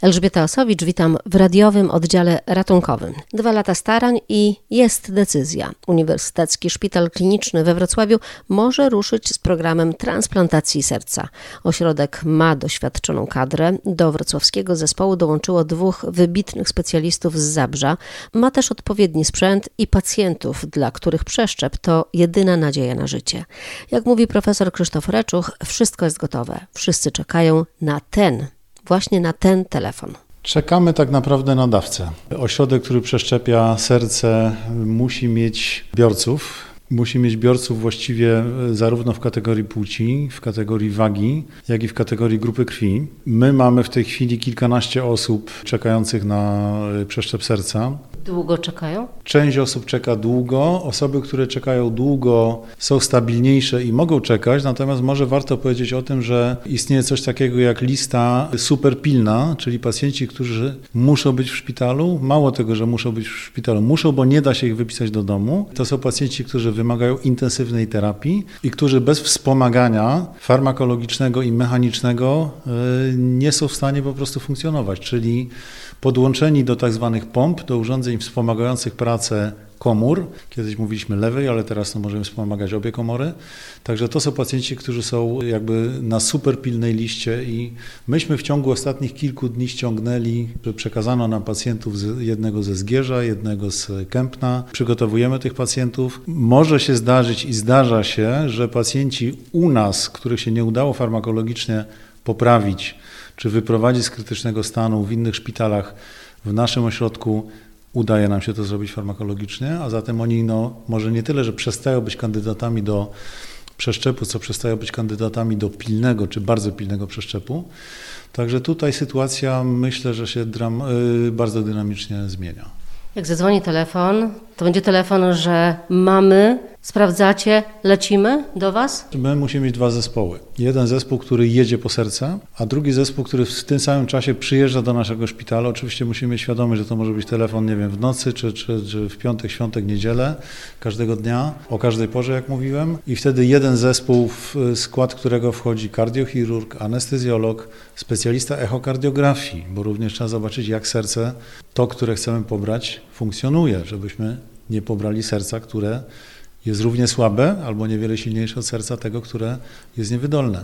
Elżbieta Osowicz, witam w radiowym oddziale ratunkowym. 2 lata starań i jest decyzja. Uniwersytecki Szpital Kliniczny we Wrocławiu może ruszyć z programem transplantacji serca. Ośrodek ma doświadczoną kadrę. Do wrocławskiego zespołu dołączyło 2 wybitnych specjalistów z Zabrza. Ma też odpowiedni sprzęt i pacjentów, dla których przeszczep to jedyna nadzieja na życie. Jak mówi profesor Krzysztof Reczuch, wszystko jest gotowe. Wszyscy czekają właśnie na ten telefon. Czekamy tak naprawdę na dawcę. Ośrodek, który przeszczepia serce, musi mieć biorców. Musi mieć biorców właściwie zarówno w kategorii płci, w kategorii wagi, jak i w kategorii grupy krwi. My mamy w tej chwili kilkanaście osób czekających na przeszczep serca. Długo czekają? Część osób czeka długo, osoby, które czekają długo są stabilniejsze i mogą czekać, natomiast może warto powiedzieć o tym, że istnieje coś takiego jak lista superpilna, czyli pacjenci, którzy muszą być w szpitalu. Mało tego, że muszą być w szpitalu, muszą, bo nie da się ich wypisać do domu. To są pacjenci, którzy wymagają intensywnej terapii i którzy bez wspomagania farmakologicznego i mechanicznego nie są w stanie po prostu funkcjonować, czyli podłączeni do tak zwanych pomp, do urządzeń wspomagających pracę komór. Kiedyś mówiliśmy lewej, ale teraz możemy wspomagać obie komory. Także to są pacjenci, którzy są jakby na super pilnej liście i myśmy w ciągu ostatnich kilku dni ściągnęli, że przekazano nam pacjentów jednego ze Zgierza, jednego z Kępna. Przygotowujemy tych pacjentów. Może się zdarzyć i zdarza się, że pacjenci u nas, których się nie udało farmakologicznie poprawić, czy wyprowadzić z krytycznego stanu w innych szpitalach, w naszym ośrodku udaje nam się to zrobić farmakologicznie, a zatem oni może nie tyle, że przestają być kandydatami do przeszczepu, co przestają być kandydatami do pilnego czy bardzo pilnego przeszczepu. Także tutaj sytuacja, myślę, że się bardzo dynamicznie zmienia. Jak zadzwoni telefon, to będzie telefon, że mamy, sprawdzacie, lecimy do Was? My musimy mieć 2 zespoły. Jeden zespół, który jedzie po serce, a drugi zespół, który w tym samym czasie przyjeżdża do naszego szpitala. Oczywiście musimy mieć świadomość, że to może być telefon, nie wiem, w nocy, czy w piątek, świątek, niedzielę, każdego dnia, o każdej porze, jak mówiłem. I wtedy jeden zespół, w skład którego wchodzi kardiochirurg, anestezjolog, specjalista echokardiografii, bo również trzeba zobaczyć, jak serce, to, które chcemy pobrać, funkcjonuje, żebyśmy nie pobrali serca, które jest równie słabe albo niewiele silniejsze od serca tego, które jest niewydolne.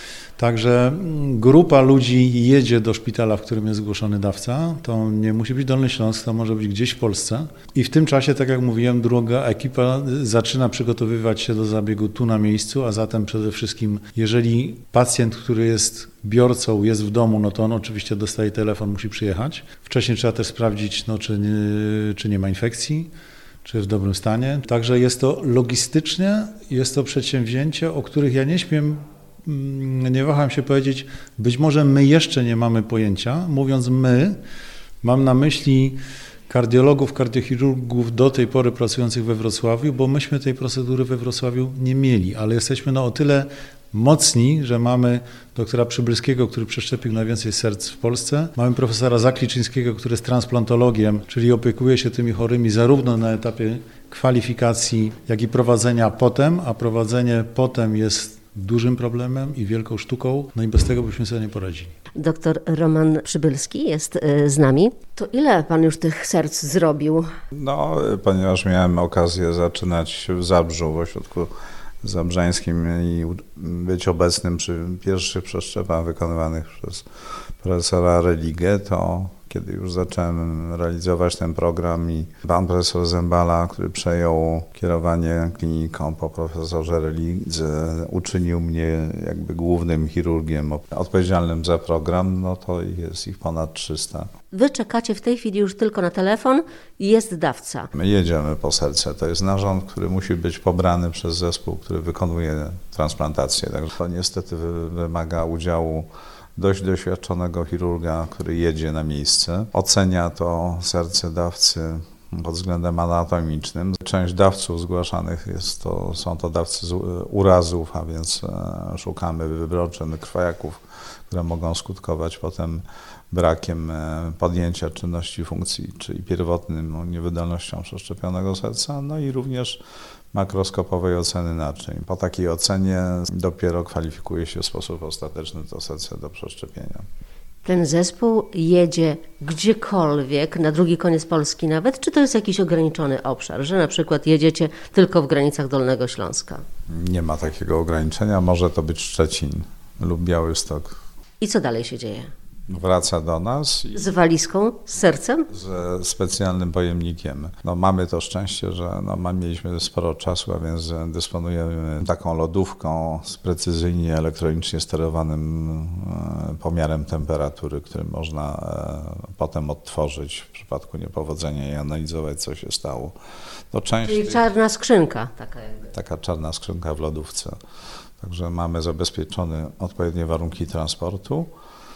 Także grupa ludzi jedzie do szpitala, w którym jest zgłoszony dawca. To nie musi być Dolny Śląsk, to może być gdzieś w Polsce. I w tym czasie, tak jak mówiłem, druga ekipa zaczyna przygotowywać się do zabiegu tu na miejscu, a zatem przede wszystkim, jeżeli pacjent, który jest biorcą, jest w domu, no to on oczywiście dostaje telefon, musi przyjechać. Wcześniej trzeba też sprawdzić, czy nie ma infekcji, czy w dobrym stanie. Także jest to logistycznie, jest to przedsięwzięcie, o których ja nie waham się powiedzieć, być może my jeszcze nie mamy pojęcia. Mówiąc my, mam na myśli kardiologów, kardiochirurgów do tej pory pracujących we Wrocławiu, bo myśmy tej procedury we Wrocławiu nie mieli, ale jesteśmy o tyle mocni, że mamy doktora Przybylskiego, który przeszczepił najwięcej serc w Polsce. Mamy profesora Zakliczyńskiego, który jest transplantologiem, czyli opiekuje się tymi chorymi zarówno na etapie kwalifikacji, jak i prowadzenia potem, a prowadzenie potem jest dużym problemem i wielką sztuką, no i bez tego byśmy sobie nie poradzili. Doktor Roman Przybylski jest z nami. To ile Pan już tych serc zrobił? Ponieważ miałem okazję zaczynać w Zabrzu, w ośrodku zabrzańskim i być obecnym przy pierwszych przeszczepach wykonywanych przez profesora Religę, to kiedy już zacząłem realizować ten program i pan profesor Zembala, który przejął kierowanie kliniką po profesorze Relidze, uczynił mnie jakby głównym chirurgiem odpowiedzialnym za program, no to jest ich ponad 300. Wy czekacie w tej chwili już tylko na telefon i jest dawca. My jedziemy po serce. To jest narząd, który musi być pobrany przez zespół, który wykonuje transplantację. Także to niestety wymaga udziału dość doświadczonego chirurga, który jedzie na miejsce. Ocenia to serce dawcy pod względem anatomicznym. Część dawców zgłaszanych są to dawcy z urazów, a więc szukamy wybroczeń krwajaków, które mogą skutkować potem brakiem podjęcia czynności funkcji, czyli pierwotnym niewydolnością przeszczepionego serca, no i również makroskopowej oceny naczyń. Po takiej ocenie dopiero kwalifikuje się w sposób ostateczny to serce do przeszczepienia. Ten zespół jedzie gdziekolwiek, na drugi koniec Polski nawet, czy to jest jakiś ograniczony obszar, że na przykład jedziecie tylko w granicach Dolnego Śląska? Nie ma takiego ograniczenia, może to być Szczecin lub Białystok. I co dalej się dzieje? Wraca do nas Z walizką, z sercem? ze specjalnym pojemnikiem. Mamy to szczęście, że mieliśmy sporo czasu, a więc dysponujemy taką lodówką z precyzyjnie elektronicznie sterowanym pomiarem temperatury, który można potem odtworzyć w przypadku niepowodzenia i analizować, co się stało. Czyli czarna skrzynka taka jakby. Taka czarna skrzynka w lodówce. Także mamy zabezpieczone odpowiednie warunki transportu.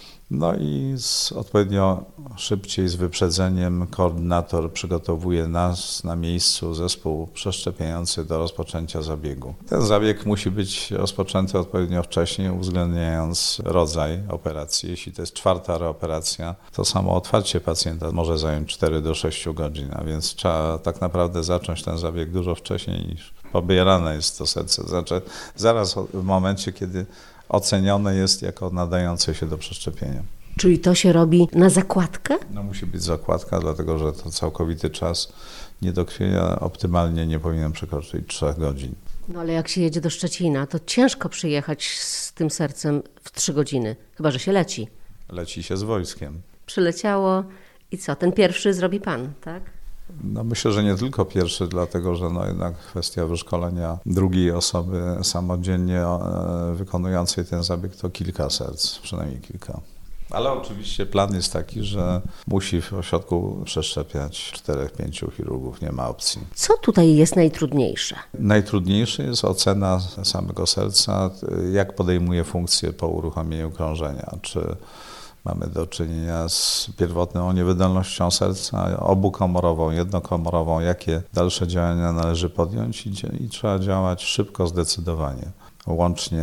I odpowiednio szybciej, z wyprzedzeniem koordynator przygotowuje nas na miejscu zespół przeszczepiający do rozpoczęcia zabiegu. Ten zabieg musi być rozpoczęty odpowiednio wcześniej, uwzględniając rodzaj operacji. Jeśli to jest 4. reoperacja, to samo otwarcie pacjenta może zająć 4 do 6 godzin, a więc trzeba tak naprawdę zacząć ten zabieg dużo wcześniej niż pobierane jest to serce. Znaczy zaraz w momencie, kiedy ocenione jest jako nadające się do przeszczepienia. Czyli to się robi na zakładkę? Musi być zakładka, dlatego że to całkowity czas niedokrwienia optymalnie nie powinien przekroczyć 3 godzin. Ale jak się jedzie do Szczecina, to ciężko przyjechać z tym sercem w 3 godziny, chyba że się leci. Leci się z wojskiem. Przyleciało i co? Ten pierwszy zrobi pan, tak? Myślę, że nie tylko pierwszy, dlatego że jednak kwestia wyszkolenia drugiej osoby samodzielnie wykonującej ten zabieg to kilka serc, przynajmniej kilka. Ale oczywiście plan jest taki, że musi w ośrodku przeszczepiać 4-5 chirurgów, nie ma opcji. Co tutaj jest najtrudniejsze? Najtrudniejsze jest ocena samego serca, jak podejmuje funkcję po uruchomieniu krążenia, czy mamy do czynienia z pierwotną niewydolnością serca, obukomorową, jednokomorową, jakie dalsze działania należy podjąć i trzeba działać szybko, zdecydowanie. Łącznie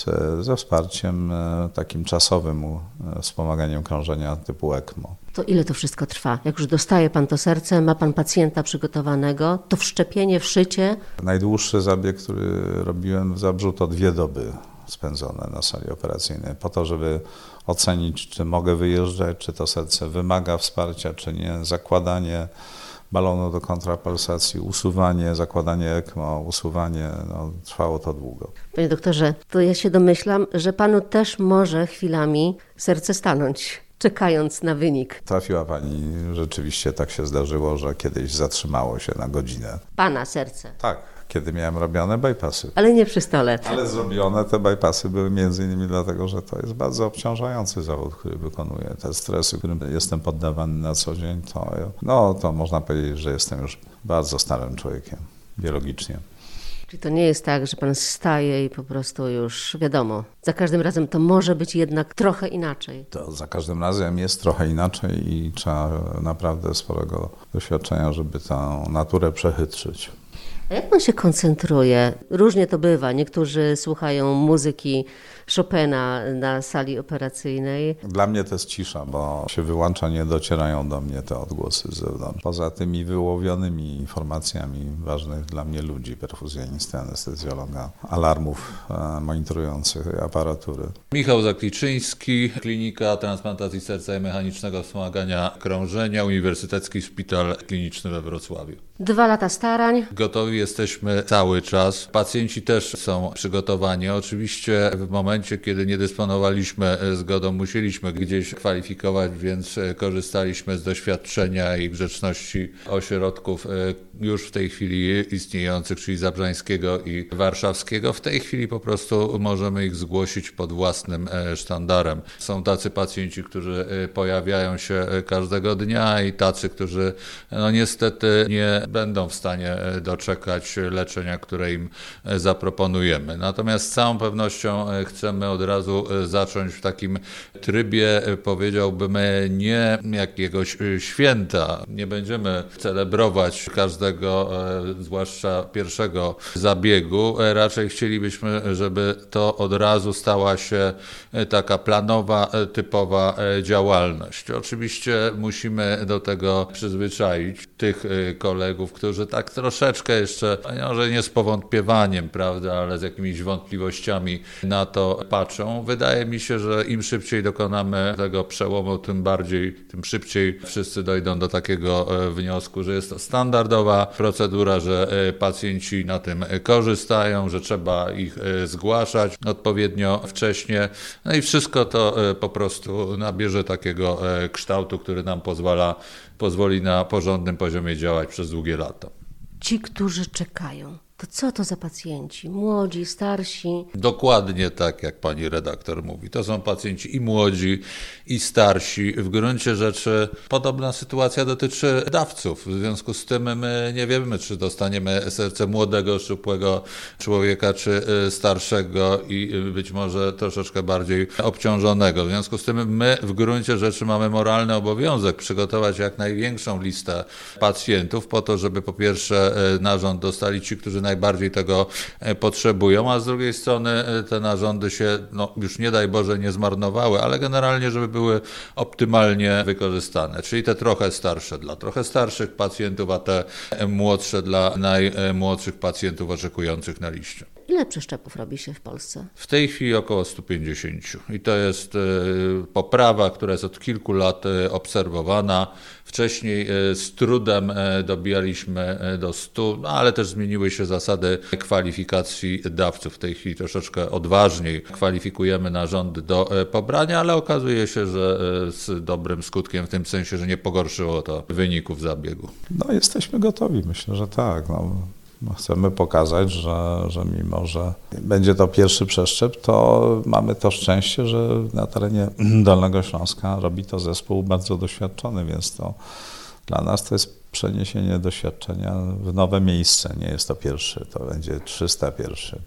ze wsparciem takim czasowym, wspomaganiem krążenia typu ECMO. To ile to wszystko trwa? Jak już dostaje pan to serce, ma pan pacjenta przygotowanego, to wszczepienie, wszycie? Najdłuższy zabieg, który robiłem w Zabrzu, to 2 doby spędzone na sali operacyjnej, po to, żeby ocenić, czy mogę wyjeżdżać, czy to serce wymaga wsparcia, czy nie, zakładanie balonu do kontrapulsacji, usuwanie, zakładanie ECMO, usuwanie, trwało to długo. Panie doktorze, to ja się domyślam, że panu też może chwilami serce stanąć, czekając na wynik. Trafiła pani, rzeczywiście tak się zdarzyło, że kiedyś zatrzymało się na godzinę. Pana serce. Tak, kiedy miałem robione bypassy. Ale nie przy stole. Ale zrobione te bypassy były między innymi dlatego, że to jest bardzo obciążający zawód, który wykonuję. Te stresy, którym jestem poddawany na co dzień, to można powiedzieć, że jestem już bardzo starym człowiekiem, biologicznie. Czyli to nie jest tak, że pan wstaje i po prostu już wiadomo, za każdym razem to może być jednak trochę inaczej. To za każdym razem jest trochę inaczej i trzeba naprawdę sporego doświadczenia, żeby tę naturę przechytrzyć. A jak pan się koncentruje? Różnie to bywa. Niektórzy słuchają muzyki Chopina na sali operacyjnej. Dla mnie to jest cisza, bo się wyłącza, nie docierają do mnie te odgłosy z zewnątrz. Poza tymi wyłowionymi informacjami ważnych dla mnie ludzi, perfuzjonisty, anestezjologa, alarmów monitorujących aparatury. Michał Zakliczyński, Klinika Transplantacji Serca i Mechanicznego Wspomagania Krążenia, Uniwersytecki Szpital Kliniczny we Wrocławiu. 2 lata starań. Gotowi jesteśmy cały czas. Pacjenci też są przygotowani. Oczywiście w momencie, kiedy nie dysponowaliśmy zgodą, musieliśmy gdzieś kwalifikować, więc korzystaliśmy z doświadczenia i grzeczności ośrodków już w tej chwili istniejących, czyli zabrzańskiego i warszawskiego. W tej chwili po prostu możemy ich zgłosić pod własnym sztandarem. Są tacy pacjenci, którzy pojawiają się każdego dnia i tacy, którzy niestety nie będą w stanie doczekać leczenia, które im zaproponujemy. Natomiast z całą pewnością chcemy od razu zacząć w takim trybie, powiedziałbym, nie jakiegoś święta. Nie będziemy celebrować każdego, zwłaszcza pierwszego zabiegu. Raczej chcielibyśmy, żeby to od razu stała się taka planowa, typowa działalność. Oczywiście musimy do tego przyzwyczaić tych kolegów, którzy tak troszeczkę jeszcze jeszcze, może nie z powątpiewaniem, prawda, ale z jakimiś wątpliwościami na to patrzą. Wydaje mi się, że im szybciej dokonamy tego przełomu, tym szybciej wszyscy dojdą do takiego wniosku, że jest to standardowa procedura, że pacjenci na tym korzystają, że trzeba ich zgłaszać odpowiednio wcześnie. No i wszystko to po prostu nabierze takiego kształtu, który nam pozwoli na porządnym poziomie działać przez długie lata. Ci, którzy czekają, to co to za pacjenci? Młodzi, starsi? Dokładnie tak, jak pani redaktor mówi. To są pacjenci i młodzi, i starsi. W gruncie rzeczy podobna sytuacja dotyczy dawców. W związku z tym my nie wiemy, czy dostaniemy serce młodego, szczupłego człowieka, czy starszego i być może troszeczkę bardziej obciążonego. W związku z tym my w gruncie rzeczy mamy moralny obowiązek przygotować jak największą listę pacjentów po to, żeby po pierwsze narząd dostali ci, którzy najbardziej tego potrzebują, a z drugiej strony te narządy się, już nie daj Boże, nie zmarnowały, ale generalnie, żeby były optymalnie wykorzystane. Czyli te trochę starsze dla trochę starszych pacjentów, a te młodsze dla najmłodszych pacjentów oczekujących na liście. Ile przeszczepów robi się w Polsce? W tej chwili około 150 i to jest poprawa, która jest od kilku lat obserwowana. Wcześniej z trudem dobijaliśmy do 100, ale też zmieniły się zasady kwalifikacji dawców. W tej chwili troszeczkę odważniej kwalifikujemy narządy do pobrania, ale okazuje się, że z dobrym skutkiem w tym sensie, że nie pogorszyło to wyników zabiegu. Jesteśmy gotowi, myślę, że tak. Chcemy pokazać, że mimo, że będzie to pierwszy przeszczep, to mamy to szczęście, że na terenie Dolnego Śląska robi to zespół bardzo doświadczony, więc to dla nas to jest przeniesienie doświadczenia w nowe miejsce. Nie jest to pierwszy, to będzie 301.